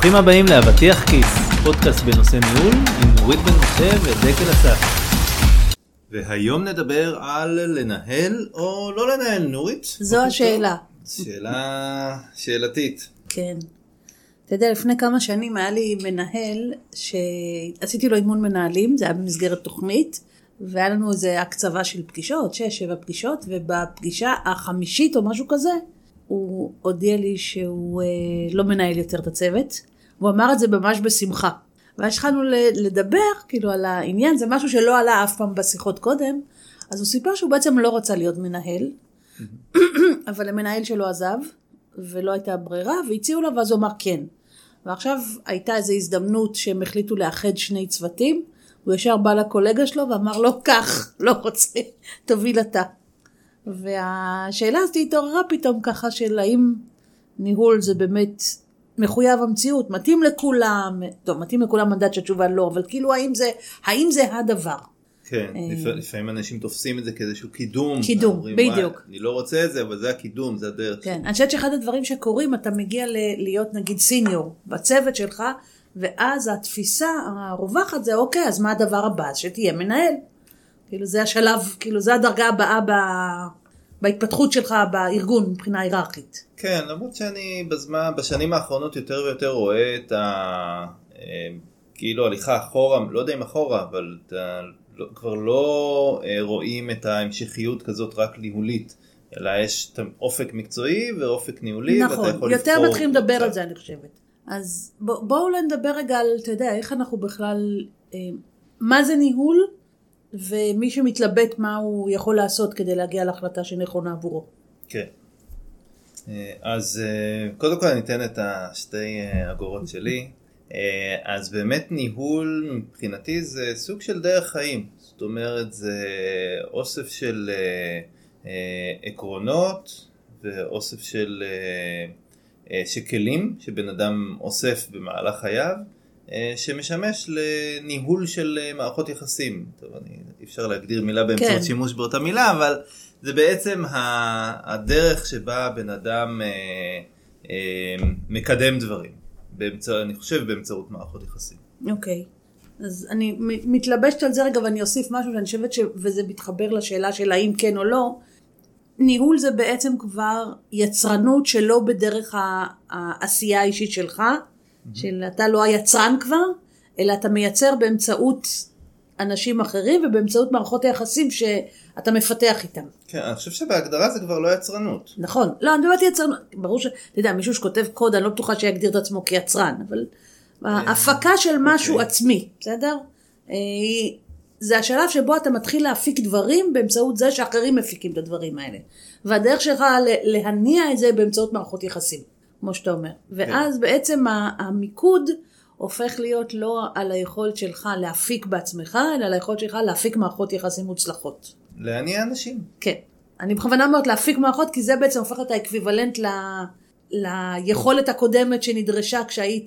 ברוכים הבאים לאבטיח כיס, פודקאסט בנושא ניהול עם נורית בן משה ודקל אסף. והיום נדבר על לנהל או לא לנהל, נורית? זו השאלה. שאלתית. כן. אתה יודע, לפני כמה שנים היה לי מנהל שעשיתי לו אימון מנהלים, זה היה במסגרת תוכנית, והיה לנו איזו הקצבה של פגישות, 6-7 פגישות, ובפגישה החמישית או משהו כזה, הוא הודיע לי שהוא לא מנהל יותר את הצוות, הוא אמר את זה ממש בשמחה. והתחלנו לדבר כאילו על העניין, זה משהו שלא עלה אף פעם בשיחות קודם, אז הוא סיפר שהוא בעצם לא רצה להיות מנהל, אבל המנהל שלו עזב, ולא הייתה ברירה, והציעו לו, ואז הוא אמר כן. ועכשיו הייתה איזו הזדמנות שהם החליטו לאחד שני צוותים, הוא ישר בא לקולגה שלו ואמר לו, כך, לא רוצה, תוביל אתה. והשאלה הזאת התעוררה פתאום ככה של האם ניהול זה באמת מחויב המציאות, מתאים לכולם, טוב, מתאים לכולם מנדט שהתשובה לא, אבל כאילו האם זה הדבר? כן, לפעמים אנשים תופסים את זה כאיזשהו קידום. קידום, בדיוק. אני לא רוצה את זה, אבל זה הקידום, זה הדרך. כן, אני חושבת שאחד הדברים שקורים, אתה מגיע להיות נגיד סיניור בצוות שלך, ואז התפיסה הרווחת זה, אוקיי, אז מה הדבר הבא? שתהיה מנהל. כאילו זה השלב, כאילו זה הדרגה הבאה בהתפתחות שלך בארגון מבחינה היררכית. כן, למרות שאני בשנים האחרונות יותר ויותר רואה את כאילו הליכה אחורה, לא יודע אם אחורה, אבל כבר לא רואים את ההמשכיות כזאת רק ניהולית, אלא יש אופק מקצועי ואופק ניהולי. נכון, יותר מתחילים לדבר על זה אני חושבת. אז בואו נדבר רגע על, אתה יודע, איך אנחנו בכלל, מה זה ניהול, ומי שמתלבט מה הוא יכול לעשות כדי להגיע להחלטה שנכונה עבורו. כן. אז קודם כל אני אתן את השתי אגורות שלי. אז באמת ניהול מבחינתי זה סוג של דרך חיים. זאת אומרת זה אוסף של עקרונות ואוסף של כלים שבן אדם אוסף במהלך חייו, שמשמש לניהול של מערכות יחסים. טוב, אי אפשר להגדיר מילה באמצעות שימוש באותה מילה, אבל זה בעצם הדרך שבה בן אדם מקדם דברים. אני חושב באמצעות מערכות יחסים. אוקיי. אז אני מתלבשת על זה רגע ואני אוסיף משהו שאני חושבת וזה מתחבר לשאלה של האם כן או לא. ניהול זה בעצם כבר יצרנות שלא בדרך העשייה האישית שלך, של אתה לא היצרן כבר, אלא אתה מייצר באמצעות אנשים אחרים ובאמצעות מערכות היחסים שאתה מפתח איתם. כן, אני חושב שבהגדרה זה כבר לא יצרנות. נכון, לא, אני באמת יצרנות, ברור אתה יודע, מישהו שכותב קוד, אני לא בטוחה שיגדיר את עצמו כיצרן, אבל ההפקה של משהו עצמי, בסדר? זה השלב שבו אתה מתחיל להפיק דברים באמצעות זה שאחרים מפיקים את הדברים האלה. והדרך שלך להניע את זה באמצעות מערכות יחסים, כמו שאתה אומר. ואז בעצם המיקוד הופך להיות לא על היכולת שלך להפיק בעצמך, אלא על היכולת שלך להפיק מערכות יחסים מוצלחות. להניע אנשים. כן. אני בכוונה מאוד להפיק מערכות, כי זה בעצם הופך את האקוויוולנט ליכולת הקודמת שנדרשה כשהיית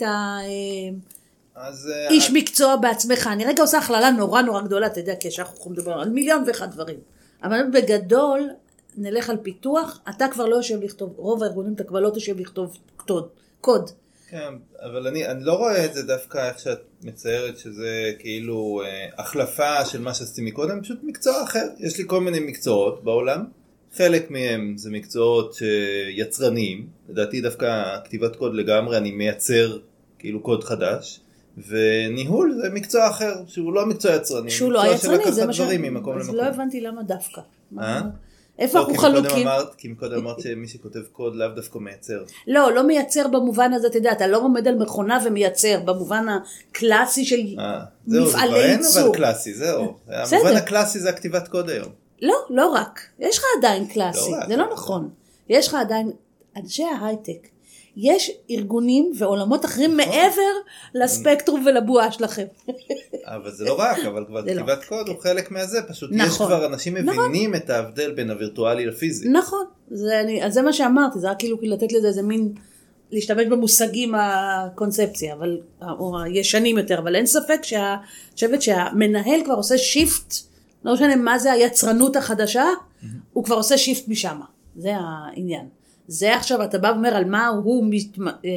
איש מקצוע בעצמך. אני רגע עושה הכללה נורא נורא גדולה, אתה יודע, כי שאנחנו יכולים לדבר על 1,000,001 דברים. אבל בגדול, נלך על פיתוח, אתה כבר לא יושב לכתוב, רוב הארגונים אתה כבר לא תשב לכתוב קוד. כן, אבל אני לא רואה את זה דווקא איך שאת מציירת שזה כאילו החלפה של מה שעשיתי מקודם, פשוט מקצוע אחר. יש לי כל מיני מקצועות בעולם, חלק מהם זה מקצועות יצרניים, לדעתי דווקא כתיבת קוד לגמרי, אני מייצר כאילו קוד חדש, וניהול זה מקצוע אחר, שהוא לא מקצוע יצרני, שהוא לא יצרני, זה מה אז לא הבנתי למה דווקא. איפה אנחנו חלוקים? כי מקודם אמרת שמי שכותב קוד לאו דווקא מייצר. לא מייצר במובן הזה, אתה יודע, אתה לא עומד על מכונה ומייצר, במובן הקלאסי של מפעלי ייצור. אבל קלאסי, זהו. המובן הקלאסי זה הכתיבת קוד היום. לא רק. יש לך עדיין קלאסי, זה לא נכון. יש לך עדיין, אנשי ההייטק, יש ארגונים ועולמות אחרים מעבר לספקטרום ולבועה שלכם. אבל זה לא רק, אבל כבר כתיבת קוד הוא חלק מהזה, פשוט יש כבר אנשים מבינים את ההבדל בין הווירטואלי לפיזי. נכון, זה מה שאמרתי, זה רק כאילו לתת לזה איזה מין, להשתמש במושגים הקונספציה, או הישנים יותר, אבל אין ספק שהמנהל כבר עושה שיפט, לא משנה מה זה היצרנות החדשה, הוא כבר עושה שיפט משם, זה העניין. זה עכשיו אתה בא ואומר על מה הוא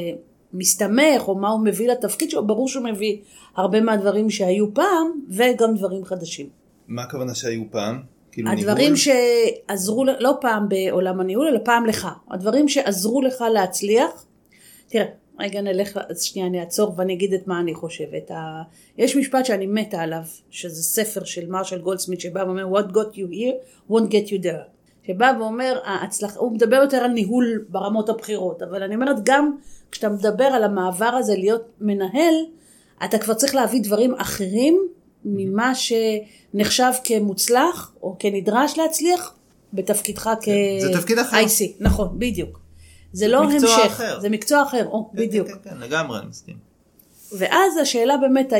מסתמך, או מה הוא מביא לתפקיד שלו, ברור שהוא מביא הרבה מהדברים שהיו פעם, וגם דברים חדשים. מה הכוונה שהיו פעם? כאילו הדברים שעזרו, לא פעם בעולם הניהול, אלא פעם לך. הדברים שעזרו לך להצליח, תראה, רגע נלך, שנייה אני אעצור ואני אגיד את מה אני חושבת. יש משפט שאני מתה עליו, שזה ספר של מרשל גולדסמית, שבא ואומר, what got you here won't get you there. שבא ואומר, הוא מדבר יותר על ניהול ברמות הבחירות, אבל אני אומרת גם, כשאתה מדבר על המעבר הזה להיות מנהל, אתה כבר צריך להביא דברים אחרים, ממה שנחשב כמוצלח, או כנדרש להצליח, בתפקידך זה תפקיד אחר. IC, נכון, בדיוק. זה לא המשך, אחר. זה מקצוע אחר, בדיוק. כן, לגמרי, אני מסכים. ואז השאלה באמת,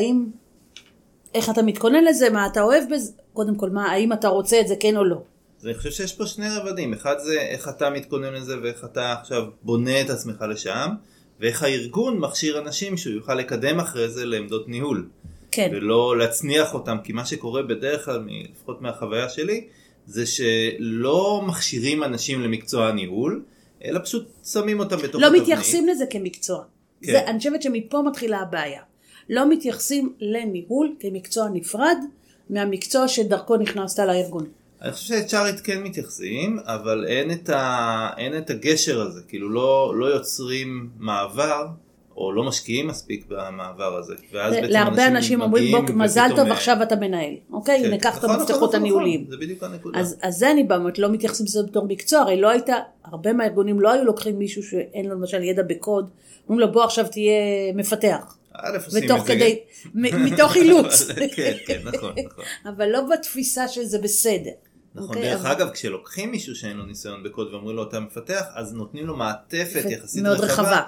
איך אתה מתכונן לזה, מה אתה אוהב בזה, קודם כל, האם אתה רוצה את זה, כן או לא. אני חושב שיש פה שני רבדים, אחד זה איך אתה מתכונן לזה, ואיך אתה עכשיו בונה את עצמך לשם, ואיך הארגון מכשיר אנשים שהוא יוכל לקדם אחרי זה לעמדות ניהול. כן. ולא להצניח אותם, כי מה שקורה בדרך כלל, לפחות מהחוויה שלי, זה שלא מכשירים אנשים למקצוע הניהול, אלא פשוט שמים אותם בתוך התבנית. לא מתייחסים לזה כמקצוע. כן. אני חושבת שמפה מתחילה הבעיה. לא מתייחסים לניהול כמקצוע נפרד, מהמקצוע שדרכו נכנסת לארגון. אני חושב שצ'ארית כן מתייחסים, אבל אין את הגשר הזה, כאילו לא יוצרים מעבר, או לא משקיעים מספיק במעבר הזה. להרבה אנשים אומרים, בוק, מזל טוב, עכשיו אתה מנהל. אוקיי, כן. ניקח את המפתחות הניהוליים. זה בדיוק הנקודה. אז זה אני באמת, לא מתייחסים לזה בתור מקצוע, הרי לא הייתה, הרבה מהארגונים לא היו לוקחים מישהו שאין לו למשל ידע בקוד, אומרים לו בוא עכשיו תהיה מפתח. ותוך כדי, מתוך אילוץ. כן, נכון. אבל לא בתפיסה שזה בסדר. נכון, דרך אגב, כשלוקחים מישהו שאין לו ניסיון בקוד ואומרים לו אתה מפתח, אז נותנים לו מעטפת יחסית רחבה.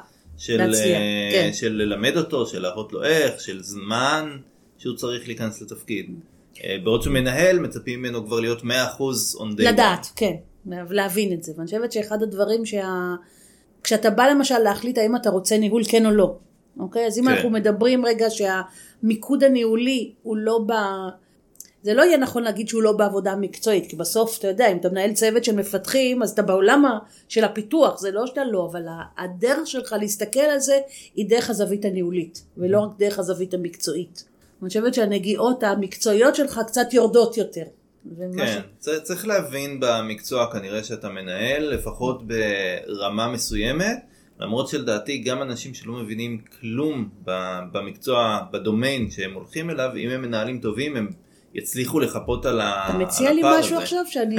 של ללמד אותו, של להראות לו איך, של זמן שהוא צריך להיכנס לתפקיד. בעוד שהוא מנהל, מצפים ממנו כבר להיות 100% on day. לדעת, כן, להבין את זה. ואני חושבת שאחד הדברים כשאתה בא למשל להחליט האם אתה רוצה ניהול כן או לא. אוקיי? אז אם אנחנו מדברים רגע שהמיקוד הניהולי הוא לא זה לא יהיה נכון להגיד שהוא לא בעבודה מקצועית, כי בסוף אתה יודע, אם אתה מנהל צוות של מפתחים, אז אתה בעולם של הפיתוח, זה לא שאתה לא, אבל הדרך שלך להסתכל על זה, היא דרך הזווית הניהולית, ולא רק דרך הזווית המקצועית. אני חושבת שהנגיעות המקצועיות שלך קצת יורדות יותר. כן, צריך להבין במקצוע כנראה שאתה מנהל, לפחות ברמה מסוימת, למרות שלדעתי גם אנשים שלא מבינים כלום במקצוע, בדומיין שהם הולכים אליו, אם הם מנהלים טובים, הם יצליחו לחפות על הפער הזה. אתה מציע לי משהו עכשיו שאני...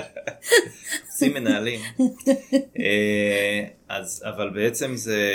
עושים מנהלים. אבל בעצם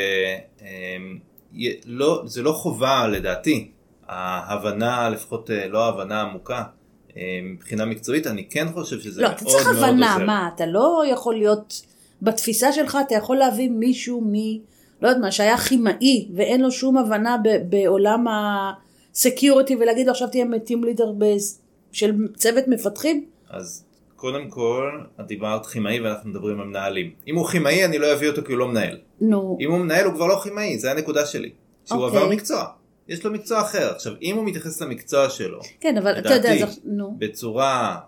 זה לא חובה לדעתי. ההבנה, לפחות לא ההבנה עמוקה, מבחינה מקצועית, אני כן חושב שזה מאוד מאוד עוזר. לא, אתה צריך הבנה, מה? אתה לא יכול להיות... בתפיסה שלך אתה יכול להביא מישהו לא יודעת מה, שהיה כימאי, ואין לו שום הבנה בעולם סקיוריטי, ולהגיד לו עכשיו תהיה טים לידר של צוות מפתחים? אז קודם כל, את דיברת כימאי ואנחנו מדברים על מנהלים. אם הוא כימאי אני לא אביא אותו כי הוא לא מנהל. נו. אם הוא מנהל הוא כבר לא כימאי, זה הנקודה שלי. שהוא עבר מקצוע. יש לו מקצוע אחר. עכשיו, אם הוא מתייחס למקצוע שלו, כן, אבל אתה יודע, בצורה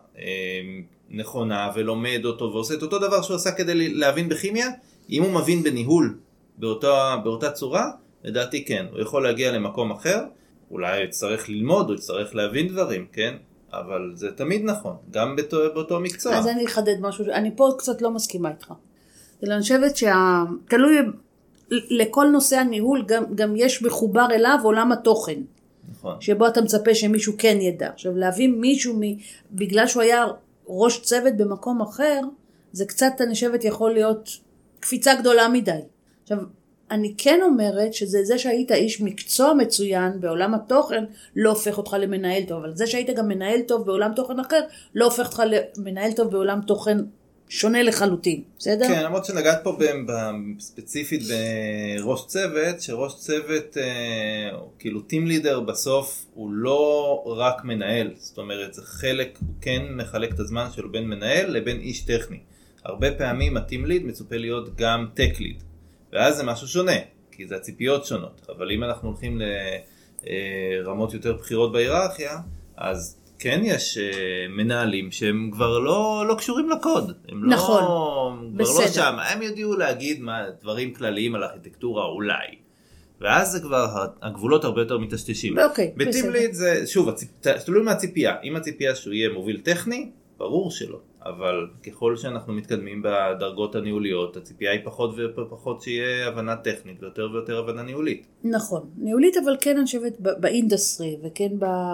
נכונה ולומד אותו ועושה את אותו דבר שהוא עשה כדי להבין בכימיה, אם הוא מבין בניהול באותה צורה, לדעתי כן. הוא יכול להגיע למקום אחר, אולי יצטרך ללמוד, או יצטרך להבין דברים, כן? אבל זה תמיד נכון, גם באותו מקצוע. אז אני אחדד משהו, אני פה קצת לא מסכימה איתך. אני חושבת תלוי לכל נושא הניהול, גם יש מחובר אליו עולם התוכן. נכון. שבו אתה מצפה שמישהו כן ידע. עכשיו, להביא מישהו, בגלל שהוא היה ראש צוות במקום אחר, זה קצת, אני חושבת, יכול להיות קפיצה גדולה מדי. עכשיו, אני כן אומרת שזה שהיית איש מקצוע מצוין בעולם התוכן, לא הופך אותך למנהל טוב, אבל זה שהיית גם מנהל טוב בעולם תוכן אחר, לא הופך אותך למנהל טוב בעולם תוכן שונה לחלוטין, בסדר? כן, למרות שנגעת פה ספציפית בראש צוות, שראש צוות, כאילו טים לידר בסוף, הוא לא רק מנהל, זאת אומרת, זה חלק, הוא כן מחלק את הזמן שלו בין מנהל לבין איש טכני. הרבה פעמים הטים ליד מצופה להיות גם טק ליד. ואז זה משהו שונה, כי זה הציפיות שונות. אבל אם אנחנו הולכים לרמות יותר בחירות בהיררכיה, אז כן יש מנהלים שהם כבר לא קשורים לקוד. הם נכון, כבר לא שם. הם יודעו להגיד דברים כלליים על ארכיטקטורה אולי. ואז זה כבר, הגבולות הרבה יותר מטשטשים. אוקיי, בטים ליד זה, שוב, תלוי מהציפייה. אם הציפייה שהוא יהיה מוביל טכני, ברור שלא. אבל ככל שאנחנו מתקדמים בדרגות הניהוליות, הציפייה היא פחות ופחות שיהיה הבנה טכנית, ויותר ויותר הבנה ניהולית. נכון, ניהולית, אבל כן אני חושבת באינדסטרי, וכן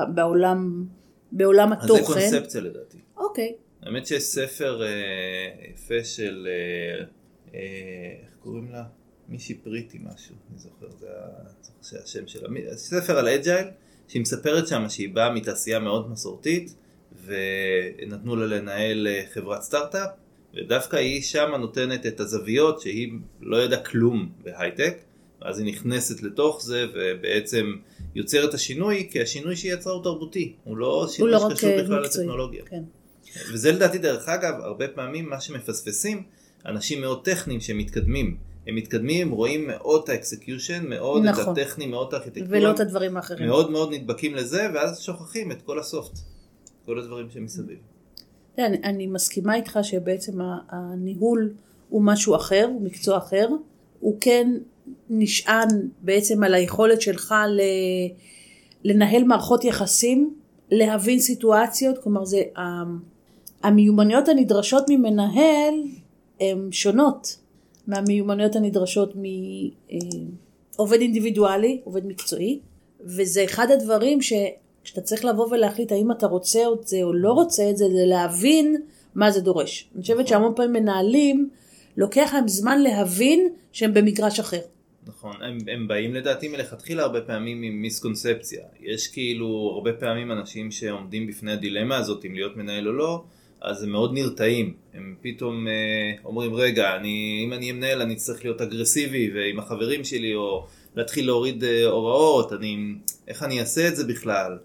בעולם התוכן. אז זה קונספציה לדעתי. אוקיי. האמת שיש ספר יפה של, איך קוראים לה? מישהי פריטי משהו, אני זוכר, זה השם שלה. ספר על אג'ייל, שהיא מספרת שם שהיא באה מתעשייה מאוד מסורתית, ונתנו לה לנהל חברת סטארט-אפ, ודווקא היא שם נותנת את הזוויות שהיא לא ידעה כלום בהייטק, ואז היא נכנסת לתוך זה ובעצם יוצרת השינוי, כי השינוי שהיא יצרה הוא תרבותי, הוא לא שינוי שקשור בכלל לטכנולוגיה. כן. וזה לדעתי דרך אגב, הרבה פעמים מה שמפספסים, אנשים מאוד טכניים שמתקדמים, הם מתקדמים, רואים מאוד את האקסקיושן, מאוד נכון. את הטכני, מאוד את הארכיטקטורה, ולא את הדברים האחרים. מאוד מאוד נדבקים לזה, ואז שוכחים את כל הסופט, כל הדברים שמסביב. אני מסכימה איתך שבעצם הניהול הוא משהו אחר, הוא מקצוע אחר, הוא כן נשען בעצם על היכולת שלך לנהל מערכות יחסים, להבין סיטואציות, כלומר זה, המיומנויות הנדרשות ממנהל הן שונות מהמיומנויות הנדרשות מעובד אינדיבידואלי, עובד מקצועי, וזה אחד הדברים כשאתה צריך לבוא ולהחליט האם אתה רוצה את זה או לא רוצה את זה, זה להבין מה זה דורש. אני חושבת שהמון פעמים מנהלים, לוקח להם זמן להבין שהם במגרש אחר. נכון, הם באים לדעתי מלכתחילה הרבה פעמים עם מיסקונספציה. יש כאילו הרבה פעמים אנשים שעומדים בפני הדילמה הזאת אם להיות מנהל או לא, אז הם מאוד נרתעים. הם פתאום אומרים, רגע, אם אני מנהל אני צריך להיות אגרסיבי ועם החברים שלי, או להתחיל להוריד הוראות, איך אני אעשה את זה בכלל?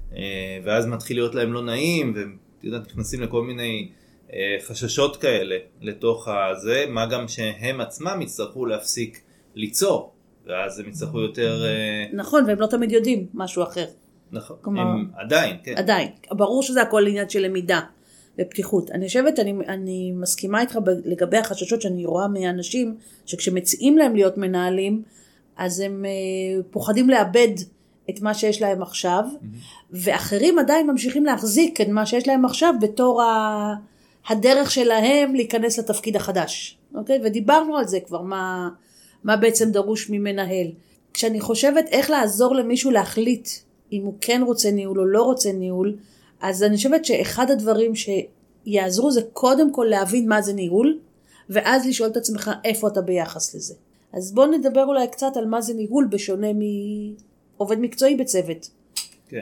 ואז מתחיל להיות להם לא נעים, והם נכנסים לכל מיני חששות כאלה לתוך הזה, מה גם שהם עצמם יצטרכו להפסיק ליצור, ואז הם יצטרכו יותר... נכון, והם לא תמיד יודעים משהו אחר. נכון, הם עדיין, כן. עדיין, ברור שזה הכל עניין של למידה ופתיחות. אני חושבת, אני מסכימה איתך לגבי החששות שאני רואה מאנשים, שכשמציעים להם להיות מנהלים, אז הם פוחדים לאבד את מה שיש להם עכשיו, ואחרים עדיין ממשיכים להחזיק את מה שיש להם עכשיו, בתור הדרך שלהם להיכנס לתפקיד החדש. אוקיי? ודיברנו על זה כבר, מה בעצם דרוש ממנהל. כשאני חושבת איך לעזור למישהו להחליט אם הוא כן רוצה ניהול או לא רוצה ניהול, אז אני חושבת שאחד הדברים שיעזרו זה קודם כל להבין מה זה ניהול, ואז לשאול את עצמך איפה אתה ביחס לזה. אז בואו נדבר אולי קצת על מה זה ניהול בשונה מעובד מקצועי בצוות. כן.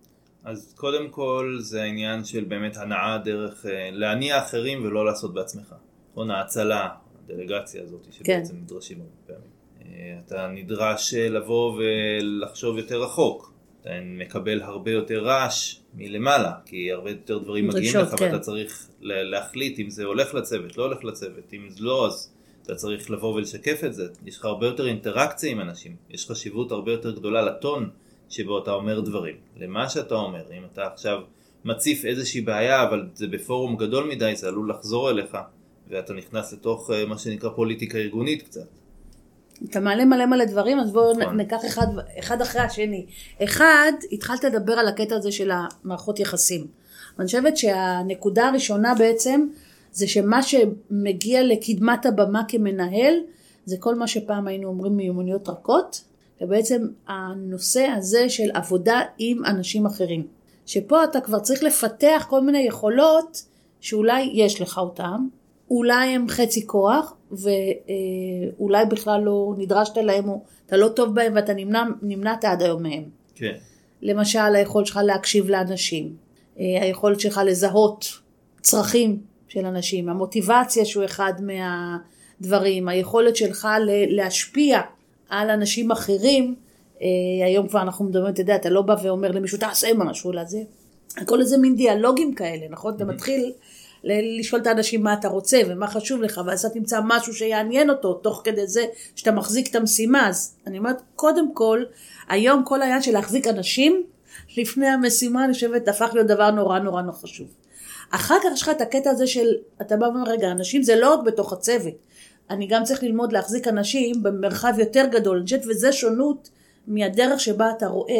אז קודם כל זה העניין של באמת הנעה דרך להניע אחרים ולא לעשות בעצמך. נכון, ההצלה, הדלגציה הזאת שבעצם נדרשים הרבה פעמים. אתה נדרש לבוא ולחשוב יותר רחוק. אתה מקבל הרבה יותר רעש מלמעלה, כי הרבה יותר דברים מגיעים לך, ואתה צריך להחליט אם זה הולך לצוות, לא הולך לצוות. אם לא, אז אתה צריך לבוא ולשקף את זה. יש לך הרבה יותר אינטראקציה עם אנשים. יש חשיבות הרבה יותר גדולה לטון שבו אתה אומר דברים. למה שאתה אומר, אם אתה עכשיו מציף איזושהי בעיה, אבל זה בפורום גדול מדי, זה עלול לחזור אליך, ואתה נכנס לתוך מה שנקרא פוליטיקה ארגונית קצת. אתה מעלה מלא דברים, אז בואו ניקח אחד אחרי השני. אחד, התחלת לדבר על הקטע הזה של המערכות יחסים. אני חושבת שהנקודה הראשונה בעצם, זה שמה שמגיע לקדמת הבמה כמנהל, זה כל מה שפעם היינו אומרים מיומנויות רכות, ובעצם הנושא הזה של עבודה עם אנשים אחרים. שפה אתה כבר צריך לפתח כל מיני יכולות, שאולי יש לך אותם, אולי הם חצי כוח, ואולי בכלל לא נדרשת להם, או אתה לא טוב בהם, ואתה נמנעת עד היום מהם. כן. למשל, היכולת שלך להקשיב לאנשים, היכולת שלך לזהות צרכים של אנשים, המוטיבציה שהוא אחד מהדברים, היכולת שלך להשפיע על אנשים אחרים, היום כבר אנחנו מדברים, אתה יודע, אתה לא בא ואומר למישהו, תעשה משהו לזה. הכל איזה מין דיאלוגים כאלה, נכון? אתה מתחיל לשאול את האנשים מה אתה רוצה ומה חשוב לך, ואז אתה תמצא משהו שיעניין אותו, תוך כדי זה שאתה מחזיק את המשימה. אז אני אומרת, קודם כל, היום כל העניין של להחזיק אנשים, לפני המשימה, אני חושבת, הפך להיות דבר נורא נורא נורא חשוב. אחר כך יש לך את הקטע הזה של, אתה בא ואומר, רגע, אנשים זה לא רק בתוך הצוות, אני גם צריך ללמוד להחזיק אנשים במרחב יותר גדול, אני חושבת, וזה שונות מהדרך שבה אתה רואה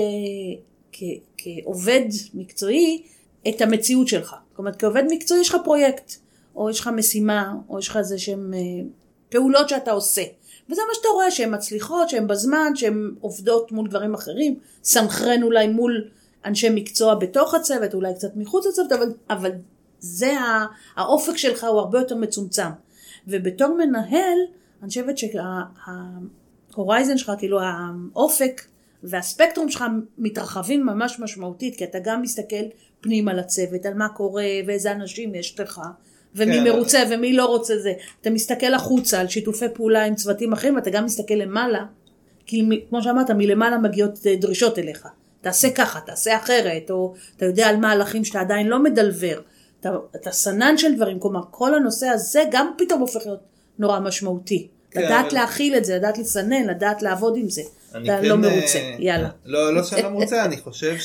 כעובד מקצועי את המציאות שלך. זאת אומרת, כעובד מקצועי יש לך פרויקט, או יש לך משימה, או יש לך איזה שהם פעולות שאתה עושה. וזה מה שאתה רואה, שהן מצליחות, שהן בזמן, שהן עובדות מול דברים אחרים, סנכרן אולי מול אנשי מקצוע בתוך הצוות, אולי קצת מחוץ לצוות, אבל זה האופק שלך הוא הרבה יותר מצומצם. ובתור מנהל, אני חושבת שההורייזן שלך, כאילו האופק והספקטרום שלך מתרחבים ממש משמעותית, כי אתה גם מסתכל פנים על הצוות, על מה קורה ואיזה אנשים יש לך, ומי מרוצה ומי לא רוצה זה. אתה מסתכל החוצה על שיתופי פעולה עם צוותים אחרים, ואתה גם מסתכל למעלה, כי כמו שאמרת, מלמעלה מגיעות דרישות אליך. תעשה ככה, תעשה אחרת, או אתה יודע על מהלכים שאתה עדיין לא מדלבר. אתה סנן של דברים, כלומר, כל הנושא הזה גם פתאום הופך להיות נורא משמעותי. לדעת להכיל את זה, לדעת לסנן, לדעת לעבוד עם זה. אתה לא מרוצה, יאללה. לא שאני לא מרוצה, אני חושב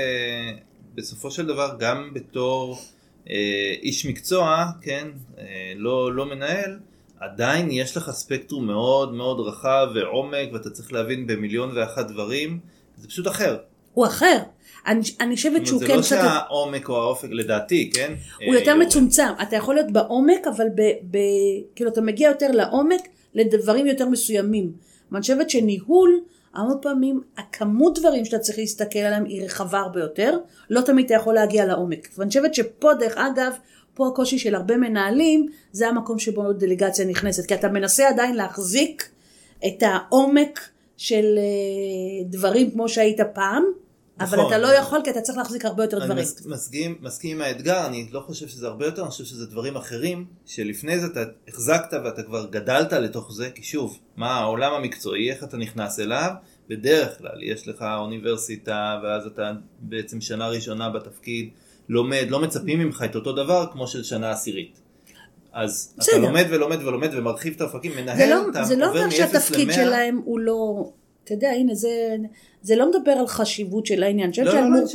שבסופו של דבר, גם בתור איש מקצוע, כן, לא מנהל, עדיין יש לך ספקטרום מאוד מאוד רחב ועומק, ואתה צריך להבין במיליון ואחת דברים, זה פשוט אחר. הוא אחר. אני חושבת שהוא כן... זה לא שהעומק או האופק, לדעתי, כן? הוא יותר מצומצם. אתה יכול להיות בעומק, אבל כאילו אתה מגיע יותר לעומק לדברים יותר מסוימים. אני חושבת שניהול, הרבה פעמים, הכמות דברים שאתה צריך להסתכל עליהם היא רחבה הרבה יותר, לא תמיד אתה יכול להגיע לעומק. ואני חושבת שפה, דרך אגב, פה הקושי של הרבה מנהלים, זה המקום שבו דלגציה נכנסת, כי אתה מנסה עדיין להחזיק את העומק של דברים כמו שהיית פעם, אבל אתה לא יכול, כי אתה צריך להחזיק הרבה יותר דברים. אני מסכים עם האתגר, אני לא חושב שזה הרבה יותר, אני חושב שזה דברים אחרים, שלפני זה אתה החזקת ואתה כבר גדלת לתוך זה, כי שוב, מה העולם המקצועי, איך אתה נכנס אליו, בדרך כלל יש לך אוניברסיטה, ואז אתה בעצם שנה ראשונה בתפקיד, לומד, לא מצפים ממך את אותו דבר כמו של שנה עשירית. אז אתה לומד ולומד ולומד ומרחיב את האופקים, מנהל, אתה זה לא עובר אומר שהתפקיד שלהם הוא לא... אתה יודע, הנה, זה לא מדבר על חשיבות של העניין. לא,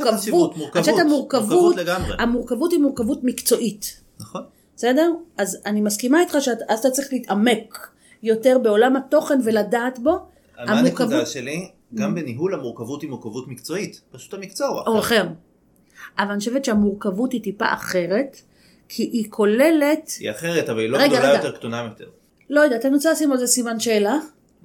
המורכבות היא מורכבות מקצועית. נכון. בסדר? אז אני מסכימה איתך אז אתה צריך להתעמק יותר בעולם התוכן ולדעת בו. מה הנקודה שלי? גם בניהול המורכבות היא מורכבות מקצועית. פשוט המקצוע הוא אחר. אבל אני חושבת שהמורכבות היא טיפה אחרת, כי היא כוללת... היא אחרת, אבל היא לא גדולה יותר, קטונה יותר. לא יודעת, אני רוצה לשים על זה סימן שאלה,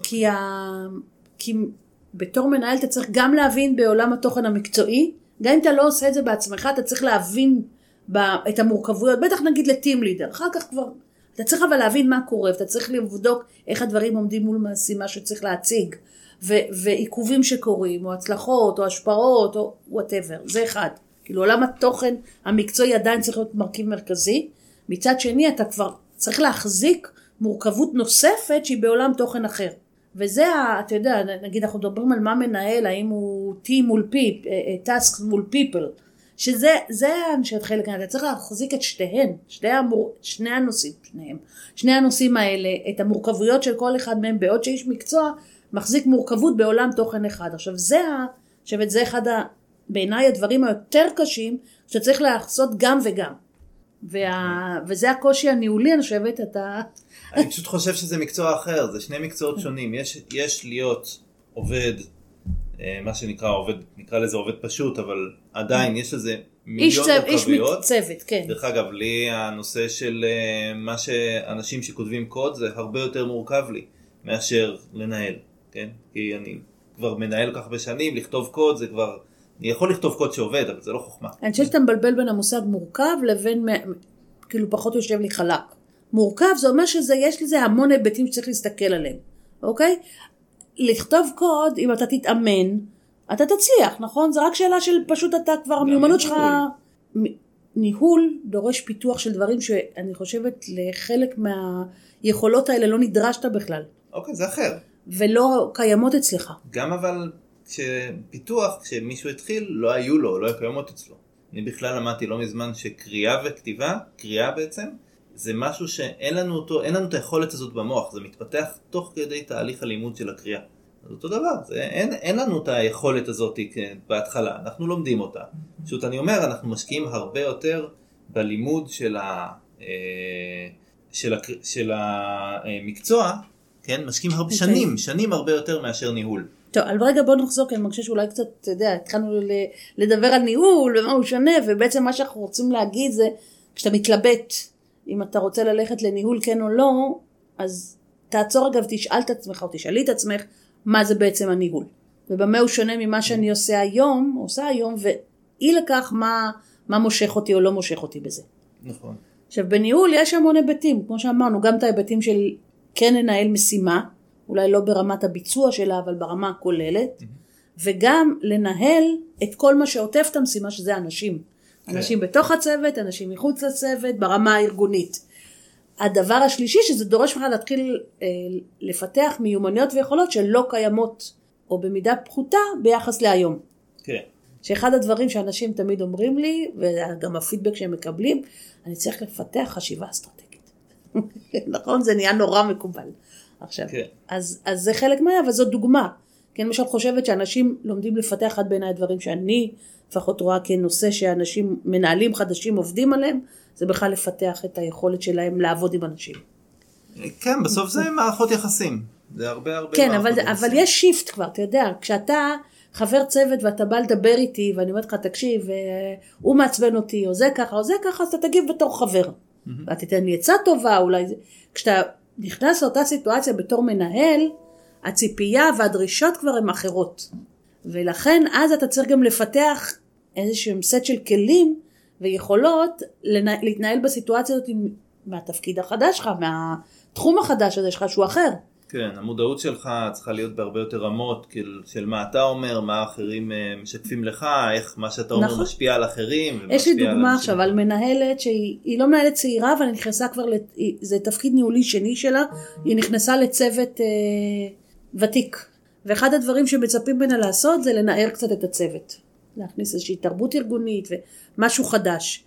כי בתור מנהל אתה צריך גם להבין בעולם התוכן המקצועי, גם אם אתה לא עושה את זה בעצמך, אתה צריך להבין את המורכבויות, בטח נגיד לטים לידר, אחר כך כבר, אתה צריך אבל להבין מה קורה, אתה צריך לבדוק איך הדברים עומדים מול משימה שצריך להציג, ועיכובים שקורים, או הצלחות, או השפעות, או whatever, זה אחד. כאילו עולם התוכן המקצועי עדיין צריך להיות מרכיב מרכזי, מצד שני אתה כבר צריך להחזיק מורכבות נוספת שהיא בעולם תוכן אחר. וזה, אתה יודע, נגיד אנחנו מדברים על מה מנהל, האם הוא team מול task מול people, שזה חלק, אתה צריך להחזיק את שתיהן, שני הנושאים האלה, את המורכבויות של כל אחד מהם, בעוד שיש מקצוע, מחזיק מורכבות בעולם תוכן אחד. עכשיו זה אחד בעיניי הדברים היותר קשים, שצריך לעשות גם וגם. וזה הקושי הניהולי, אני חושבת, אני פשוט חושב שזה מקצוע אחר, זה שני מקצועות שונים. יש להיות עובד, מה שנקרא עובד, נקרא לזה עובד פשוט, אבל עדיין יש לזה מיליון מורכבויות. איש צוות, כן. דרך אגב, לי הנושא של מה שאנשים שכותבים קוד, זה הרבה יותר מורכב לי, מאשר לנהל, כן? כי אני כבר מנהל כך בשנים, לכתוב קוד זה כבר... אני יכול לכתוב קוד שעובד, אבל זה לא חוכמה. אני חושבת שאתה מבלבל בין המושג מורכב לבין, כאילו פחות יושב לי חלק. מורכב זה אומר שיש לזה המון היבטים שצריך להסתכל עליהם, אוקיי? לכתוב קוד, אם אתה תתאמן, אתה תצליח, נכון? זה רק שאלה של פשוט אתה כבר, המיומנות שלך... ניהול דורש פיתוח של דברים שאני חושבת לחלק מהיכולות האלה לא נדרשת בכלל. אוקיי, זה אחר. ולא קיימות אצלך. גם אבל... כשפיתוח, כשמישהו התחיל, לא היו לו, לא היו קיימות אצלו. אני בכלל למדתי לא מזמן שקריאה וכתיבה, קריאה בעצם, זה משהו שאין לנו אותו, אין לנו את היכולת הזאת במוח, זה מתפתח תוך כדי תהליך הלימוד של הקריאה. זה אותו דבר, אין לנו את היכולת הזאת בהתחלה, אנחנו לומדים אותה. פשוט אני אומר, אנחנו משקיעים הרבה יותר בלימוד של של המקצוע, כן, משקיעים הרבה שנים הרבה יותר מאשר ניהול. טוב, אבל רגע בוא נחזור, כי אני מרגישה שאולי קצת, אתה יודע, התחלנו לדבר על ניהול ומה הוא שונה, ובעצם מה שאנחנו רוצים להגיד זה, כשאתה מתלבט, אם אתה רוצה ללכת לניהול כן או לא, אז תעצור אגב, תשאל את עצמך או תשאלי את עצמך, מה זה בעצם הניהול. ובמה הוא שונה ממה שאני עושה היום, ואי לכך מה מושך אותי או לא מושך אותי בזה. נכון. עכשיו בניהול יש המון היבטים, כמו שאמרנו, גם את ההיבטים של כן לנהל משימה, אולי לא ברמת הביצוע שלה, אבל ברמה הכוללת, וגם לנהל את כל מה שעוטף את המשימה, שזה אנשים. אנשים בתוך הצוות, אנשים מחוץ לצוות, ברמה הארגונית. הדבר השלישי, שזה דורש לך להתחיל לפתח מיומנויות ויכולות שלא קיימות, או במידה פחותה ביחס להיום. כן. שאחד הדברים שאנשים תמיד אומרים לי, וגם הפידבק שהם מקבלים, אני צריך לפתח חשיבה אסטרטגית. נכון? זה נהיה נורא מקובל. עכשיו, כן. אז זה חלק מהיה, אבל זו דוגמה. כן, למשל חושבת שאנשים לומדים לפתח אחד בין הדברים שאני לפחות רואה כנושא שאנשים מנהלים חדשים עובדים עליהם, זה בכלל לפתח את היכולת שלהם לעבוד עם אנשים. כן, בסוף זה מערכות יחסים. זה הרבה כן, אבל יש שיפט כבר, אתה יודע, כשאתה חבר צוות ואתה בא לדבר איתי, ואני אומרת לך, תקשיב, הוא מעצבן אותי, או זה ככה, אז אתה תגיב בתור חבר. ואתה תיתן לי עצה טובה, אולי זה. כשאתה נכנס לאותה סיטואציה בתור מנהל, הציפייה והדרישות כבר הן אחרות. ולכן אז אתה צריך גם לפתח איזשהו סט של כלים ויכולות להתנהל בסיטואציה הזאת מהתפקיד החדש שלך, מהתחום החדש הזה שלך שהוא אחר. כן, המודעות שלך צריכה להיות בהרבה יותר רמות, של מה אתה אומר, מה האחרים משקפים לך, איך מה שאתה אומר נכון. משפיע על אחרים. יש לי דוגמה עכשיו על מנהלת שהיא לא מנהלת צעירה, אבל היא נכנסה כבר, זה תפקיד ניהולי שני שלה, היא נכנסה לצוות ותיק. ואחד הדברים שמצפים ממנה לעשות זה לנער קצת את הצוות. להכניס איזושהי תרבות ארגונית ומשהו חדש.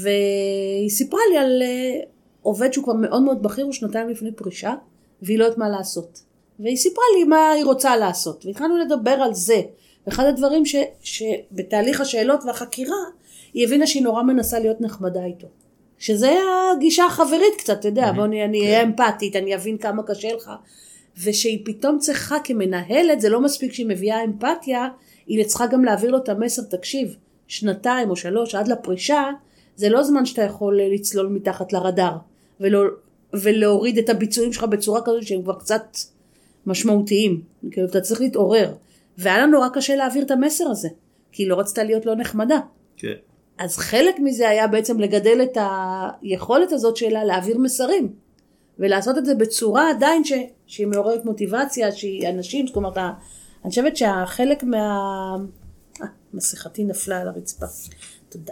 והיא סיפרה לי על עובד שהוא כבר מאוד מאוד בכיר, הוא שנתיים לפני פרישה, והיא לא יודעת מה לעשות. והיא סיפרה לי מה היא רוצה לעשות. והתחלנו לדבר על זה. ואחד הדברים שבתהליך השאלות והחקירה, היא הבינה שהיא נורא מנסה להיות נחמדה איתו. שזה הגישה החברית קצת, אתה יודע, אני אהיה אמפתית, אני אבין כמה קשה לך. ושהיא פתאום צריכה כמנהלת, זה לא מספיק שהיא מביאה אמפתיה, היא צריכה גם להעביר לו את המסר, תקשיב, 2 או 3 עד לפרישה, זה לא זמן שאתה יכול לצלול מתחת לרדאר, ולהוריד את הביצועים שלך בצורה כזאת שהם כבר קצת משמעותיים, כאילו אתה צריך להתעורר, והיה לנו נורא קשה להעביר את המסר הזה, כי היא לא רצתה להיות לא נחמדה. כן. אז חלק מזה היה בעצם לגדל את היכולת הזאת שלה להעביר מסרים, ולעשות את זה בצורה עדיין שהיא מעוררת מוטיבציה, שהיא אנשים, זאת אומרת, אני חושבת שהחלק מסכתי נפלה על הרצפה, תודה.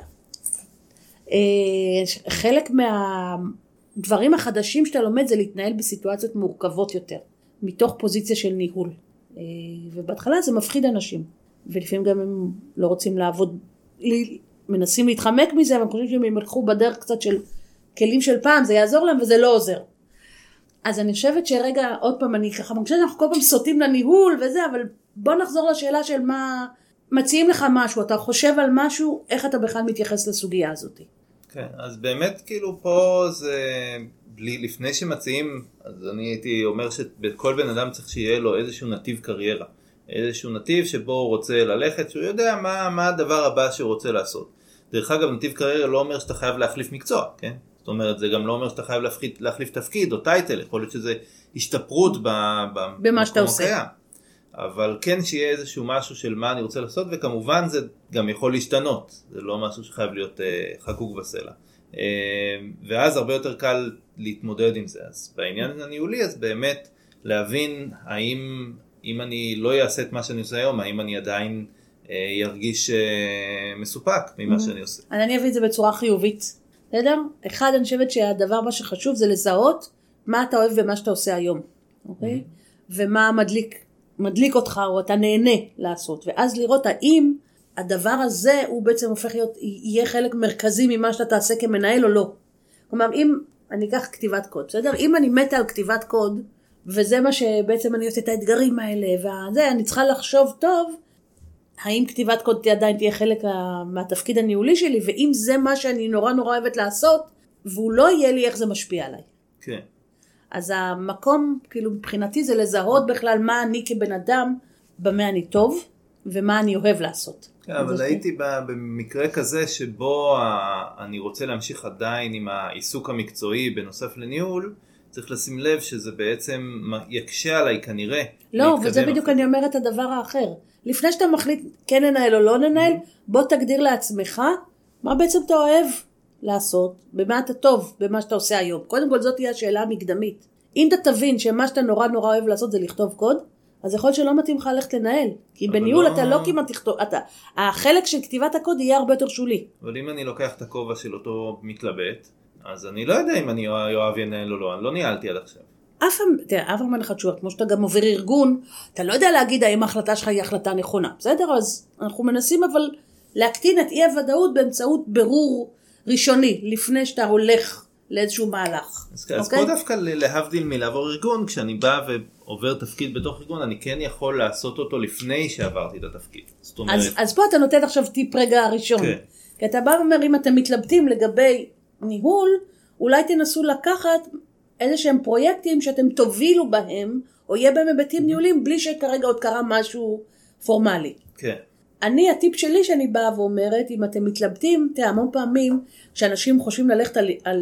חלק מהדברים החדשים שאתה לומד זה להתנהל בסיטואציות מורכבות יותר, מתוך פוזיציה של ניהול. ובהתחלה זה מפחיד אנשים, ולפעמים גם הם לא רוצים לעבוד, מנסים להתחמק מזה, אבל חושבים שהם ילכו בדרך קצת של כלים של פעם, זה יעזור להם וזה לא עוזר. אז אני חושבת שרגע, עוד פעם, אני ככה מרגישה שאנחנו כל פעם סוטים לניהול וזה, אבל בוא נחזור לשאלה של מה, מציעים לך משהו, אתה חושב על משהו, איך אתה בכלל מתייחס לסוגיה הזאת? כן, אז באמת כאילו פה זה, לפני שמציעים, אז אני הייתי אומר שבכל בן אדם צריך שיהיה לו איזשהו נתיב קריירה, איזשהו נתיב שבו הוא רוצה ללכת, שהוא יודע מה הדבר הבא שהוא רוצה לעשות. דרך אגב, נתיב קריירה לא אומר שאתה חייב להחליף מקצוע, כן? זאת אומרת, זה גם לא אומר שאתה חייב להחליף תפקיד או טייטל, יכול להיות שזה השתפרות במה שאתה עושה. אבל כן שיהיה איזשהו משהו של מה אני רוצה לעשות, וכמובן זה גם יכול להשתנות, זה לא משהו שחייב להיות חקוק בסלע. ואז הרבה יותר קל להתמודד עם זה. אז בעניין הניהולי, אז באמת להבין האם אם אני לא אעשה את מה שאני עושה היום, האם אני עדיין ירגיש מסופק ממה שאני עושה. אז אני אביא את זה בצורה חיובית. בסדר? אחד, אני חושבת שהדבר מה שחשוב זה לזהות מה אתה אוהב ומה שאתה עושה היום. אוקיי? ומה מדליק אותך או אתה נהנה לעשות. ואז לראות האם הדבר הזה הוא בעצם הופך להיות, יהיה חלק מרכזי ממה שאתה תעשה כמנהל או לא. כלומר, אם אני אקח כתיבת קוד, בסדר? אם אני מתה על כתיבת קוד, וזה מה שבעצם אני עושה את האתגרים האלה, וזה, אני צריכה לחשוב טוב, האם כתיבת קוד עדיין תהיה חלק מהתפקיד הניהולי שלי, ואם זה מה שאני נורא נורא אוהבת לעשות, והוא לא יהיה לי איך זה משפיע עליי. כן. אז המקום, כאילו מבחינתי זה לזהות בכלל מה אני כבן אדם, במה אני טוב, ומה אני אוהב לעשות. כן, אבל הייתי במקרה כזה שבו אני רוצה להמשיך עדיין עם העיסוק המקצועי בנוסף לניהול, צריך לשים לב שזה בעצם יקשה עליי כנראה. לא, וזה בדיוק אני אומרת הדבר האחר. לפני שאתה מחליט כן לנהל או לא לנהל, בוא תגדיר לעצמך מה בעצם אתה אוהב לעשות, במה אתה טוב, במה שאתה עושה היום. קודם כל זאת תהיה השאלה המקדמית. אם אתה תבין שמה שאתה נורא נורא אוהב לעשות זה לכתוב קוד, אז יכול להיות שלא מתאים לך ללכת לנהל. כי בניהול לא... אתה לא כמעט תכתוב, החלק של כתיבת הקוד יהיה הרבה יותר שולי. אבל אם אני לוקח את הכובע של אותו מתלבט, אז אני לא יודע אם אני אוהב ינהל או לא, אני לא ניהלתי עד עכשיו. אף פעם אין לך תשובה, כמו שאתה גם עובר ארגון, אתה לא יודע להגיד האם ההחלטה שלך היא החלטה נכונה. בסדר? אז אנחנו מנסים אבל להקטין את אי הוודאות באמצעות ברור ראשוני, לפני שאתה הולך לאיזשהו מהלך. אז פה דווקא להבדיל מלעבור ארגון, כשאני בא ועובר תפקיד בתוך ארגון, אני כן יכול לעשות אותו לפני שעברתי את התפקיד. זאת אומרת... אז פה אתה נותן עכשיו טיפ רגע הראשון. כן. כי אתה בא ואומר, אם אתם מתלבטים לגבי ניהול, אולי תנסו לקחת איזה שהם פרויקטים שאתם תובילו בהם, או יהיה בהם היבטים ניהולים, בלי שכרגע עוד קרה משהו פורמלי. כן. הטיפ שלי שאני באה ואומרת, אם אתם מתלבטים, המון פעמים שאנשים חושבים ללכת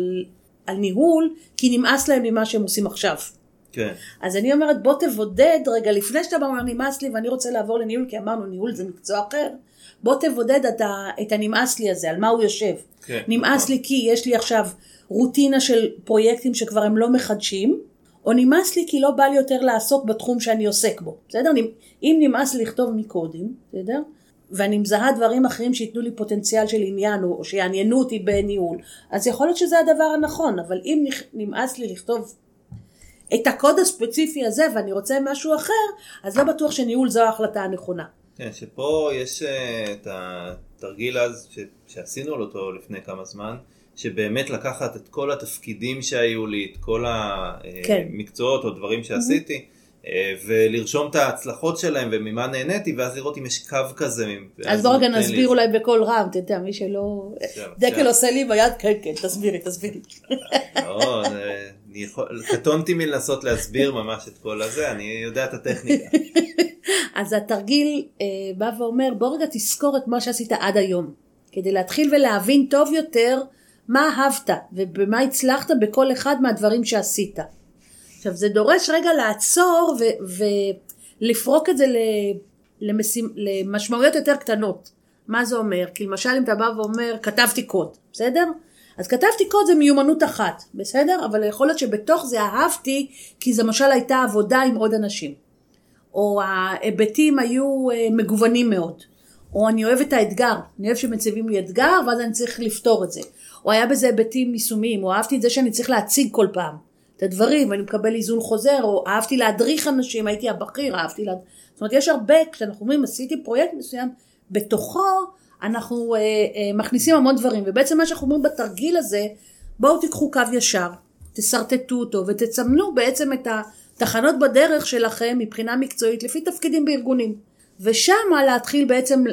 על ניהול, כי נמאס להם ממה שהם עושים עכשיו. כן. אז אני אומרת, בוא תבודד רגע, לפני שאתה אומר נמאס לי ואני רוצה לעבור לניהול, כי אמרנו ניהול זה מקצוע אחר, בוא תבודד את הנמאס לי הזה, על מה הוא יושב. כן, נמאס נכון. לי כי יש לי עכשיו רוטינה של פרויקטים שכבר הם לא מחדשים, או נמאס לי כי לא בא לי יותר לעסוק בתחום שאני עוסק בו. בסדר? אם נמאס לי לכתוב מקודים, בסדר? ואני מזהה דברים אחרים שיתנו לי פוטנציאל של עניין, או שיעניינו אותי בניהול, אז יכול להיות שזה הדבר הנכון, אבל אם נמאס לי לכתוב את הקוד הספציפי הזה, ואני רוצה משהו אחר, אז לא בטוח שניהול זו ההחלטה הנכונה. כן, שפה יש את התרגיל אז שעשינו אותו לפני כמה זמן, שבאמת לקחת את כל התפקידים שהיו לי, את כל המקצועות או דברים שעשיתי, ולרשום את ההצלחות שלהם וממה נהניתי, ואז לראות אם יש קו כזה. אז בוא רגע נסביר אולי בכל רם, אתה יודע, מי שלא... דקל עושה לי ביד, כן, כן, תסבירי. לא, קטונתי מלנסות להסביר ממש את כל הזה, אני יודע את הטכניקה. אז התרגיל בא ואומר, בוא רגע תזכור את מה שעשית עד היום, כדי להתחיל ולהבין טוב יותר מה אהבת, ובמה הצלחת בכל אחד מהדברים שעשית. עכשיו זה דורש רגע לעצור ולפרוק את זה למשמעויות יותר קטנות. מה זה אומר? כי למשל אם אתה בא ואומר כתבתי קוד, בסדר? אז כתבתי קוד זה מיומנות אחת, בסדר? אבל יכול להיות שבתוך זה אהבתי כי זה למשל הייתה עבודה עם עוד אנשים. או ההיבטים היו מגוונים מאוד. או אני אוהב את האתגר, אני אוהב שמציבים לי אתגר ואז אני צריך לפתור את זה. או היה בזה היבטים יישומיים, או אהבתי את זה שאני צריך להציג כל פעם את הדברים, ואני מקבל איזון חוזר, או אהבתי להדריך אנשים, הייתי הבכיר, זאת אומרת, יש הרבה, כשאנחנו אומרים, עשיתי פרויקט מסוים, בתוכו אנחנו מכניסים המון דברים, ובעצם מה שאנחנו אומרים בתרגיל הזה, בואו תיקחו קו ישר, תסרטטו אותו, ותצמנו בעצם את התחנות בדרך שלכם, מבחינה מקצועית, לפי תפקידים בארגונים, ושם להתחיל בעצם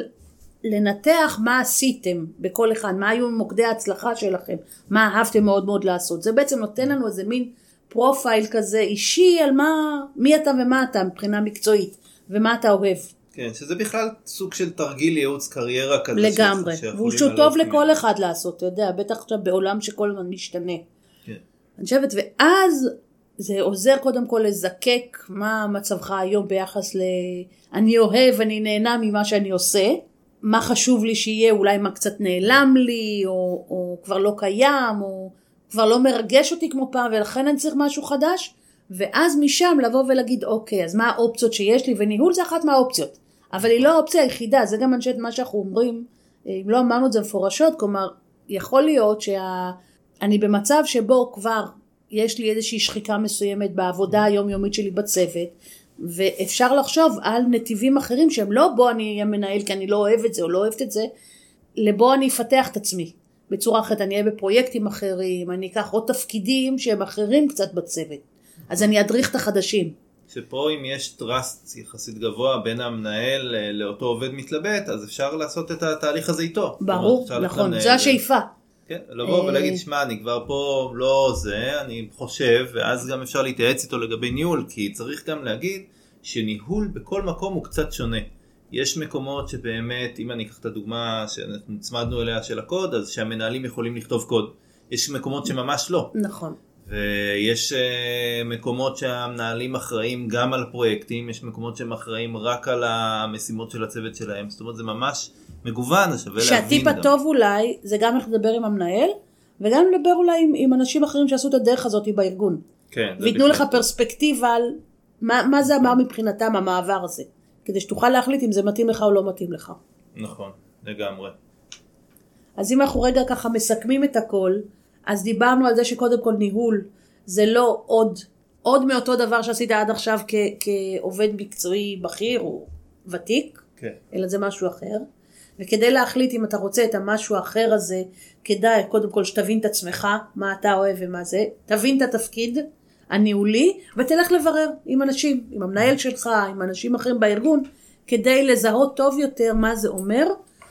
לנתח מה עשיתם בכל אחד, מה היו מוקדי ההצלחה שלכם, מה אהבתם מאוד מאוד לעשות, זה בעצם נותן לנו איזה מין פרופייל כזה אישי על מי אתה ומה אתה מבחינה מקצועית, ומה אתה אוהב. כן, שזה בכלל סוג של תרגיל ייעוץ קריירה כזה. לגמרי, והוא שטוב לכל אחד לעשות, אתה יודע, בטח עכשיו בעולם שכל הזמן משתנה. כן. אני חושבת, ואז זה עוזר קודם כל לזקק מה מצבך היום ביחס אני אוהב, אני נהנה ממה שאני עושה, מה חשוב לי שיהיה, אולי מה קצת נעלם לי, או כבר לא קיים, או כבר לא מרגש אותי כמו פעם, ולכן אני צריך משהו חדש, ואז משם לבוא ולהגיד, אוקיי, אז מה האופציות שיש לי, וניהול זה אחת מהאופציות, אבל היא לא האופציה היחידה, זה גם אנשית מה שאנחנו אומרים, אם לא אמרנו את זה מפורשות, כלומר, יכול להיות שאני במצב שבו כבר יש לי איזושהי שחיקה מסוימת בעבודה היומיומית שלי בצוות, ואפשר לחשוב על נתיבים אחרים שהם לא בוא אני אהיה מנהל כי אני לא אוהב את זה או לא אוהבת את זה, לבוא אני אפתח את עצמי בצורה אחרת, אני אהיה בפרויקטים אחרים, אני אקח עוד תפקידים שהם אחרים קצת בצוות, אז אני אדריך את החדשים. שפה אם יש טרסט יחסית גבוה בין המנהל לאותו עובד מתלבט, אז אפשר לעשות את התהליך הזה איתו. ברור, נכון, זו השאיפה. כן, לבוא ולהגיד, שמע, אני כבר פה לא זה, אני חושב, ואז גם אפשר להתייעץ איתו לגבי ניהול, כי צריך גם להגיד שניהול בכל מקום הוא קצת שונה. יש מקומות שבאמת, אם אני אקח את הדוגמה שאנחנו נצמדנו אליה של הקוד, אז שהמנהלים יכולים לכתוב קוד. יש מקומות שממש לא. נכון. ויש מקומות שהמנהלים אחראים גם על הפרויקטים, יש מקומות שהם אחראים רק על המשימות של הצוות שלהם. זאת אומרת, זה ממש מגוון, שווה להבין גם. שהטיפ הטוב אולי, זה גם איך לדבר עם המנהל, וגם לדבר אולי עם אנשים אחרים שעשו את הדרך הזאת בארגון. כן. ויתנו לך פרספקטיבה על מה זה אמר מבחינתם המעבר הזה. כדי שתוכל להחליט אם זה מתאים לך או לא מתאים לך. נכון, לגמרי. אז אם אנחנו רגע ככה מסכמים את הכל, אז דיברנו על זה שקודם כל ניהול, זה לא עוד מאותו דבר שעשית עד עכשיו כעובד מקצועי בכיר או ותיק, כן. אלא זה משהו אחר. וכדי להחליט אם אתה רוצה את המשהו האחר הזה, כדאי קודם כל שתבין את עצמך, מה אתה אוהב ומה זה, תבין את התפקיד הניהולי, ותלך לברר עם אנשים, עם המנהל שלך, עם אנשים אחרים בארגון, כדי לזהות טוב יותר מה זה אומר,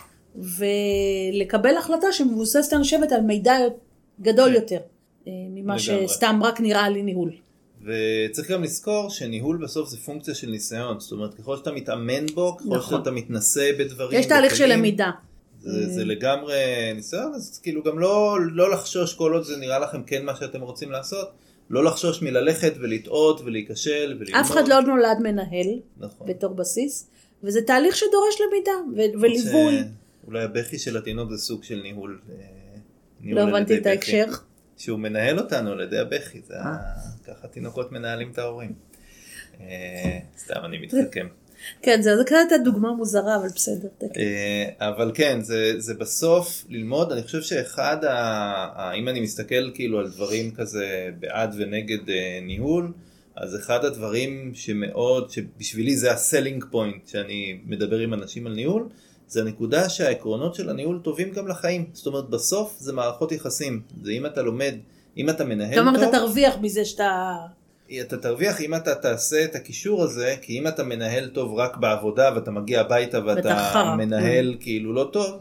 ולקבל החלטה שמבוססת לשבת על מידע גדול יותר, ממה שסתם רק נראה לי ניהול. וצריך גם לזכור שניהול בסוף זה פונקציה של ניסיון, זאת אומרת, ככל שאתה מתאמן בו, ככל שאתה מתנסה בדברים, יש תהליך של למידה. זה לגמרי ניסיון, אז כאילו גם לא לחשוש כל עוד זה נראה לכם כן מה שאתם רוצים לעשות, לא לחשוש מללכת ולטעות ולהיכשל וללמוד. אף אחד לא נולד מנהל, נכון. בתור בסיס, וזה תהליך שדורש למידה וליווי. אולי הבכי של התינוק זה סוג של ניהול. לא הבנתי את ההקשר. שהוא מנהל אותנו על ידי הבכי, זה ככה תינוקות מנהלים את ההורים. סתם אני מתחכם. כן, זה קצת דוגמה מוזרה, אבל בסדר. אבל כן, זה בסוף ללמוד, אני חושב שאחד, אם אני מסתכל כאילו על דברים כזה בעד ונגד ניהול, אז אחד הדברים שבשבילי זה הסלינג פוינט, שאני מדבר עם אנשים על ניהול, זה הנקודה שהעקרונות של הניהול טובים גם לחיים. זאת אומרת, בסוף זה מערכות יחסים. זה אם אתה לומד, אם אתה מנהל טוב. זאת אומרת, אתה תרוויח מזה שאתה... אתה תרוויח אם אתה תעשה את הקישור הזה, כי אם אתה מנהל טוב רק בעבודה, ואתה מגיע הביתה ואתה מנהל כאילו לא טוב,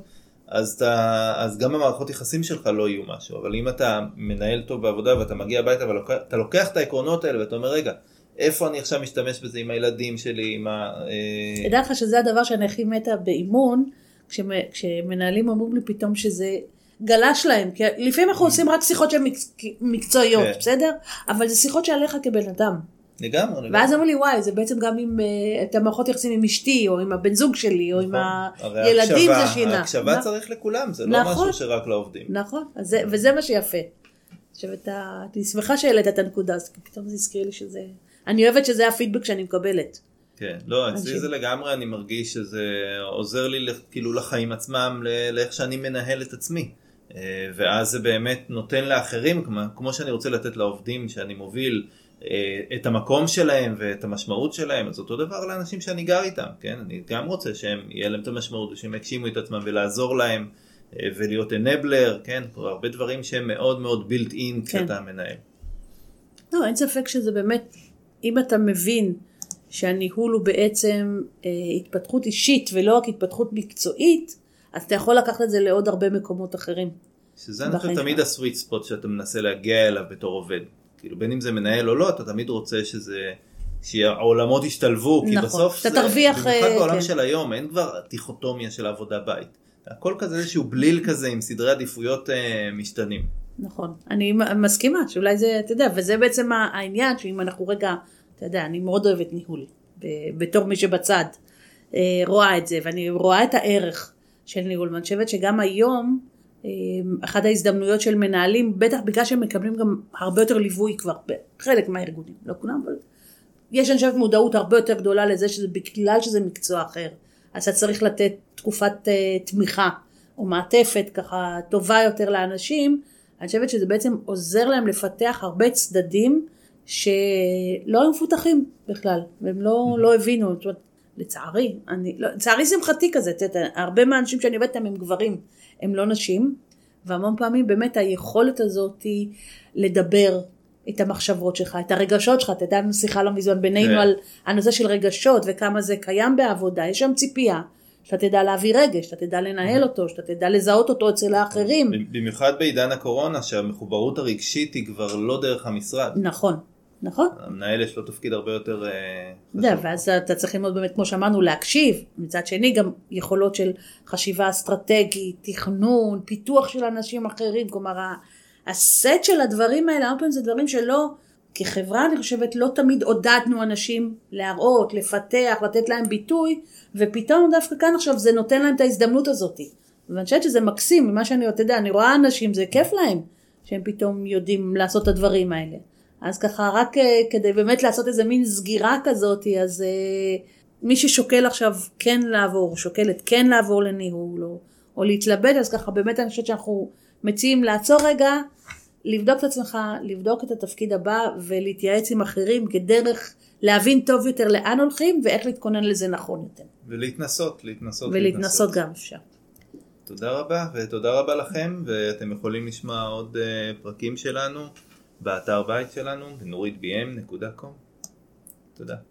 אז גם המערכות יחסים שלך לא יהיו משהו. אבל אם אתה מנהל טוב בעבודה ואתה מגיע הביתה, ואתה לוקח את העקרונות האלה ואתה אומר, רגע, איפה אני עכשיו משתמש בזה עם הילדים שלי, עם תדע לך שזה הדבר שאני הכי מתה באימון, כשמנהלים אומרים לי פתאום שזה גלש להם, כי לפעמים אנחנו עושים רק שיחות שהן מקצועיות, בסדר? אבל זה שיחות שעליך כבן אדם. לגמרי. ואז אמרו לי, וואי, זה בעצם גם עם את המערכות יחסים עם אשתי, או עם הבן זוג שלי, או עם הילדים זה שינה. ההקשבה צריך לכולם, זה לא משהו שרק לעובדים. נכון, וזה מה שיפה. עכשיו, אני שמחה שהעלית את הנקודה, אז פתאום זה הזכיר לי שזה... אני אוהבת שזה הפידבק שאני מקבלת. כן, לא, אצלי זה לגמרי, אני מרגיש שזה עוזר לי כאילו לחיים עצמם, לאיך שאני מנהל את עצמי. ואז זה באמת נותן לאחרים, כמו שאני רוצה לתת לעובדים שאני מוביל, את המקום שלהם ואת המשמעות שלהם, אז אותו דבר לאנשים שאני גר איתם, כן? אני גם רוצה שהם יהיה להם את המשמעות, ושהם יקשימו את עצמם ולעזור להם, ולהיות enabler, כן? הרבה דברים שהם מאוד מאוד built in כשאתה מנהל. לא, אין ספק שזה באמת, אם אתה מבין שהניהול הוא בעצם התפתחות אישית ולא רק התפתחות מקצועית, אז אתה יכול לקחת את זה לעוד הרבה מקומות אחרים. שזה אני חושב תמיד הסוויט ספוט שאתה מנסה להגיע אליו בתור עובד. כאילו בין אם זה מנהל או לא, אתה תמיד רוצה שהעולמות ישתלבו, כי בסוף זה, במיוחד בעולם של היום, אין כבר דיכוטומיה של עבודה בית. הכל כזה איזשהו בליל כזה עם סדרי עדיפויות משתנים. נכון, אני מסכימה שאולי זה, אתה יודע, וזה בעצם העניין, שאם אנחנו רגע, אתה יודע, אני מאוד אוהבת ניהול, בתור מי שבצד, רואה את זה, ואני רואה את הערך של ניהול, ואני חושבת שגם היום, אחת ההזדמנויות של מנהלים, בטח בגלל שהם מקבלים גם הרבה יותר ליווי כבר, בחלק מהארגונים, לא כולם, אבל יש אני חושבת מודעות הרבה יותר גדולה לזה, שזה בגלל שזה מקצוע אחר, אז אתה צריך לתת תקופת תמיכה, או מעטפת ככה טובה יותר לאנשים, אני חושבת שזה בעצם עוזר להם לפתח הרבה צדדים, שלא היו מפותחים בכלל, והם לא הבינו, זאת אומרת, לצערי, לצערי שמחתי כזה, הרבה מהאנשים שאני עובדת הם גברים, הם לא נשים, והמון פעמים באמת היכולת הזאת היא לדבר את המחשבות שלך, את הרגשות שלך, אתה יודע, שיחה לא מזמן בינינו על הנושא של רגשות, וכמה זה קיים בעבודה, יש שם ציפייה, שאתה תדע להביא רגש, שאתה תדע לנהל אותו, שאתה תדע לזהות אותו אצל האחרים. במיוחד בעידן הקורונה, שהמחוברות הרגשית היא כבר לא דרך המשרד. נכון, נכון. המנהל יש לו תפקיד הרבה יותר חשוב. ואז אתה צריך ללמוד באמת, כמו שאמרנו, להקשיב. מצד שני, גם יכולות של חשיבה אסטרטגית, תכנון, פיתוח של אנשים אחרים. כלומר, הסט של הדברים האלה, הרבה פעמים זה דברים שלא, כחברה אני חושבת, לא תמיד עודדנו אנשים להראות, לפתח, לתת להם ביטוי, ופתאום דווקא כאן עכשיו זה נותן להם את ההזדמנות הזאת. ואני חושבת שזה מקסים, ממה שאני יודע, אני רואה אנשים, זה כיף להם, שהם פתאום יודעים לעשות את הדברים האלה. אז ככה, רק כדי באמת לעשות איזה מין סגירה כזאת, אז מי ששוקל עכשיו כן לעבור, שוקלת כן לעבור לניהול, או להתלבט, אז ככה באמת אני חושבת שאנחנו מציעים לעצור רגע, לבדוק את עצמך, לבדוק את התפקיד הבא, ולהתייעץ עם אחרים כדרך להבין טוב יותר לאן הולכים, ואיך להתכונן לזה נכון יותר. ולהתנסות. ולהתנסות גם אפשר. תודה רבה, ותודה רבה לכם, ואתם יכולים לשמוע עוד פרקים שלנו, באתר בית שלנו, בנורית bm.com. תודה.